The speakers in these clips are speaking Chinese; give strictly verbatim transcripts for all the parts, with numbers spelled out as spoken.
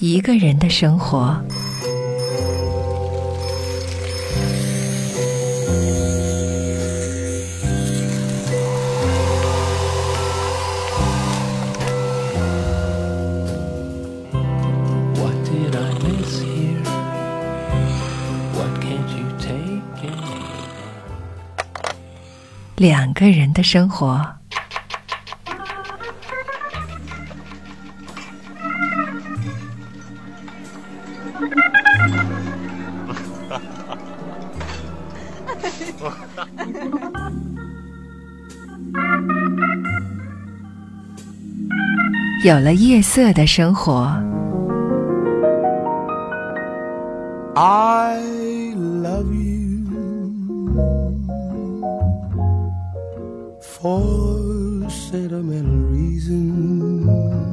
一个人的生活。两个人的生活。有了夜色的生活。 I love you for sentimental reasons.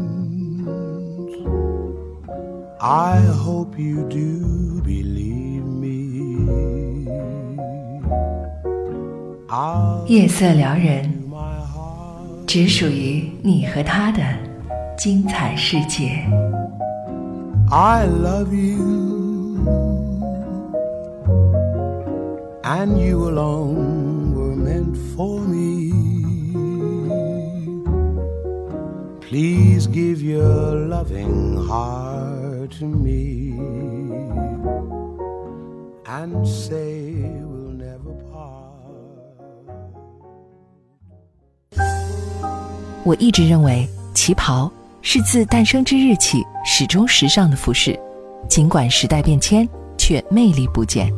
I hope you do believe me. 夜色撩人，只属于你和他的精彩世界。 I love you and you alone were meant for me. Please give your loving heart to me and say we'll never part. 我一直认为旗袍是自诞生之日起始终时尚的服饰，尽管时代变迁，却魅力不减。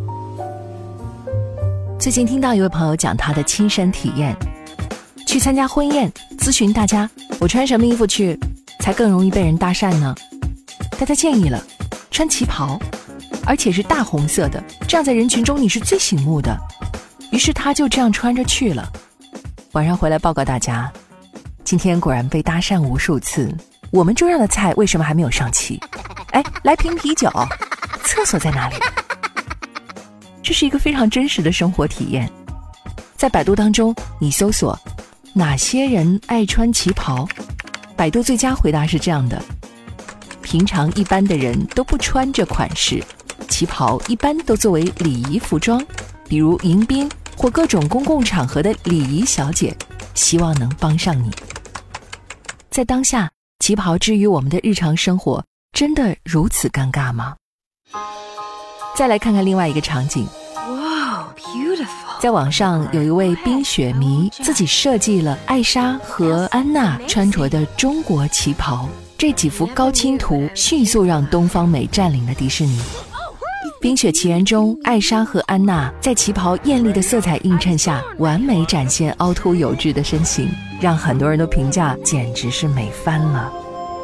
最近听到一位朋友讲他的亲身体验，去参加婚宴，咨询大家我穿什么衣服去才更容易被人搭讪呢？大家建议了穿旗袍，而且是大红色的，这样在人群中你是最醒目的。于是他就这样穿着去了。晚上回来报告大家，今天果然被搭讪无数次。我们桌上的菜为什么还没有上齐？哎，来瓶啤酒，厕所在哪里？这是一个非常真实的生活体验。在百度当中，你搜索哪些人爱穿旗袍，百度最佳回答是这样的：平常一般的人都不穿这款式，旗袍一般都作为礼仪服装，比如迎宾或各种公共场合的礼仪小姐，希望能帮上你。在当下，旗袍之于我们的日常生活真的如此尴尬吗？再来看看另外一个场景。 Wow, beautiful. 在网上有一位冰雪迷自己设计了艾莎和安娜穿着的中国旗袍，这几幅高清图迅速让东方美占领了迪士尼。冰雪奇缘中，艾莎和安娜在旗袍艳丽的色彩映衬下，完美展现凹凸有致的身形，让很多人都评价简直是美翻了。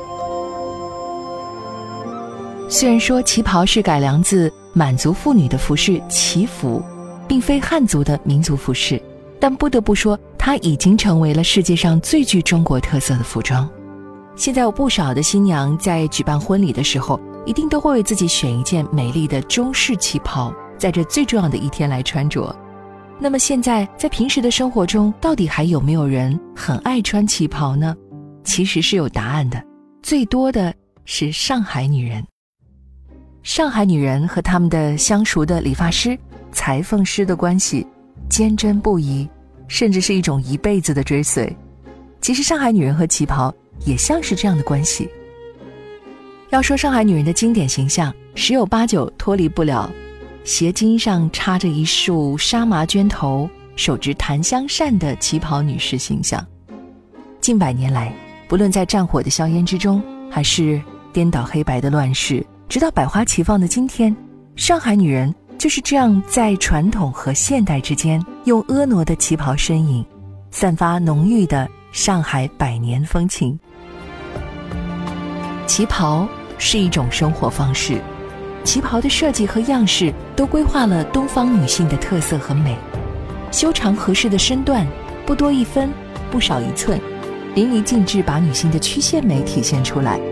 虽然说旗袍是改良自满族妇女的服饰旗服，并非汉族的民族服饰，但不得不说它已经成为了世界上最具中国特色的服装。现在有不少的新娘在举办婚礼的时候，一定都会为自己选一件美丽的中式旗袍，在这最重要的一天来穿着。那么现在在平时的生活中，到底还有没有人很爱穿旗袍呢？其实是有答案的，最多的是上海女人。上海女人和他们的相熟的理发师、裁缝师的关系坚贞不移，甚至是一种一辈子的追随。其实上海女人和旗袍也像是这样的关系。要说上海女人的经典形象，十有八九脱离不了鞋襟上插着一束沙麻绢头，手执檀香扇的旗袍女士形象。近百年来，不论在战火的硝烟之中，还是颠倒黑白的乱世，直到百花齐放的今天，上海女人就是这样在传统和现代之间，用婀娜的旗袍身影，散发浓郁的上海百年风情。旗袍是一种生活方式，旗袍的设计和样式都规划了东方女性的特色和美。修长合适的身段，不多一分，不少一寸，淋漓尽致把女性的曲线美体现出来。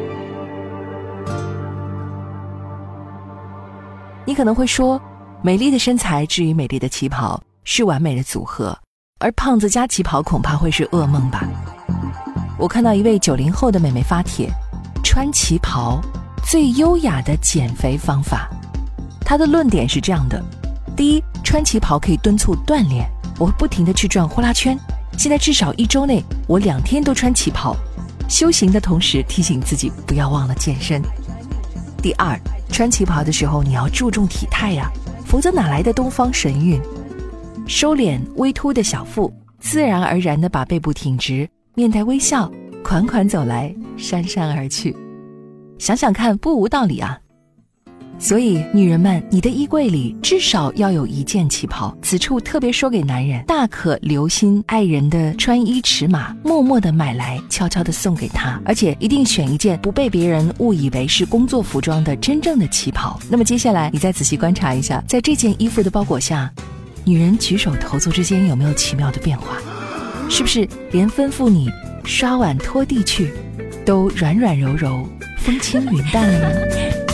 你可能会说，美丽的身材至于美丽的旗袍是完美的组合，而胖子加旗袍恐怕会是噩梦吧。我看到一位九零后的妹妹发帖，穿旗袍最优雅的减肥方法。他的论点是这样的：第一，穿旗袍可以敦促锻炼，我会不停地去转呼啦圈，现在至少一周内我两天都穿旗袍，修行的同时提醒自己不要忘了健身。第二，穿旗袍的时候你要注重体态呀、啊，否则哪来的东方神韵？收敛微凸的小腹，自然而然地把背部挺直，面带微笑，款款走来，姗姗而去。想想看，不无道理啊。所以女人们，你的衣柜里至少要有一件旗袍，此处特别说给男人，大可留心爱人的穿衣尺码，默默地买来，悄悄地送给他，而且一定选一件不被别人误以为是工作服装的真正的旗袍。那么接下来你再仔细观察一下，在这件衣服的包裹下，女人举手投足之间有没有奇妙的变化？是不是连吩咐你刷碗拖地去都软软柔柔，风轻云淡了呢？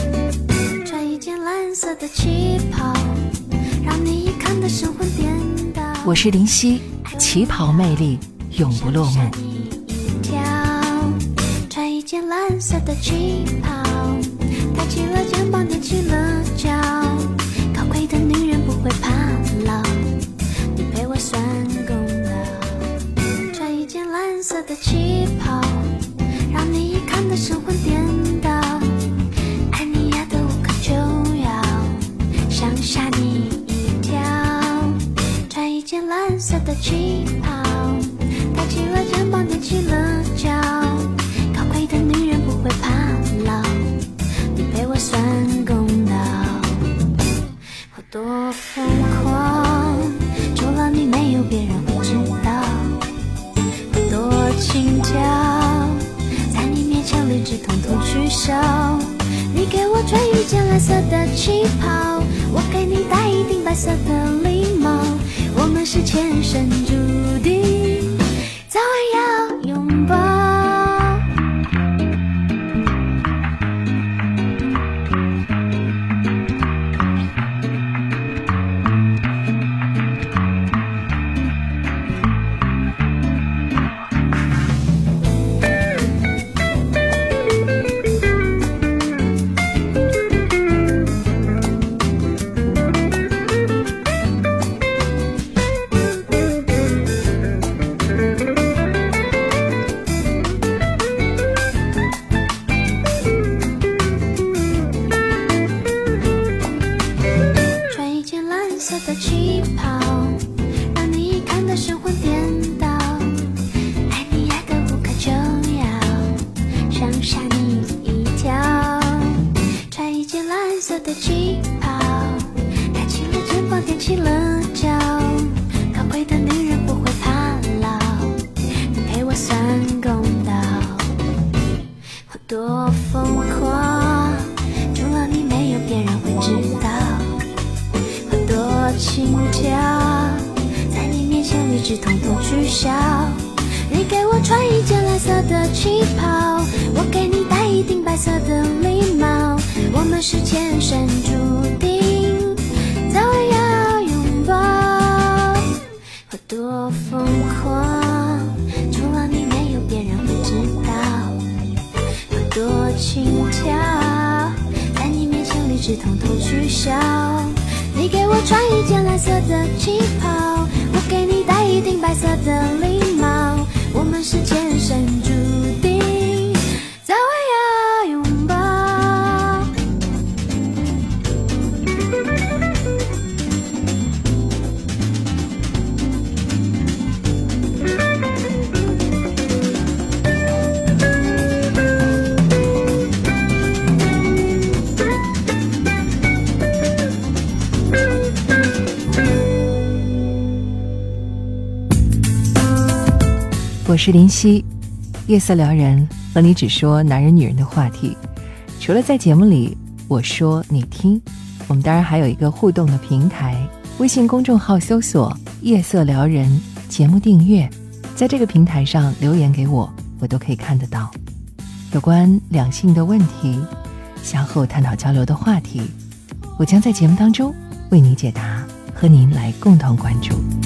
色的旗袍，让你一看得神魂颠倒。 我是林夕，旗袍魅力永不落幕。 穿一件蓝色的旗袍，抬起了肩膀，踮起了脚，高贵的女人不会怕老，你陪我算公道。穿一件蓝色的旗袍，让你一看得神魂颠倒。想吓你一跳，穿一件蓝色的旗袍，抬起了肩膀，踮起了脚，高贵的女人不会怕老，你陪我算公道。我多疯狂，除了你没有别人会知道。我多轻佻，在你面前理智统统取消。你给我穿一件蓝色的旗袍，我给你戴一顶白色的礼帽，我们是前生注定，早晚要拥抱。轻佻，在你面前理智统统取消。你给我穿一件蓝色的旗袍，我给你戴一顶白色的礼帽，我们是前生注定，早晚要拥抱。我多疯狂，除了你没有别人会知道。我多轻佻，在你面前理智统统取消。你给我穿一件蓝色的旗袍，我给你戴一顶白色的礼帽，我们是前生注定，早晚要拥抱。 我是林夕，夜色撩人，和你只说男人女人的话题。除了在节目里我说你听，我们当然还有一个互动的平台，微信公众号搜索夜色撩人，节目订阅，在这个平台上留言给我，我都可以看得到。有关两性的问题，想和我探讨交流的话题，我将在节目当中为你解答，和您来共同关注。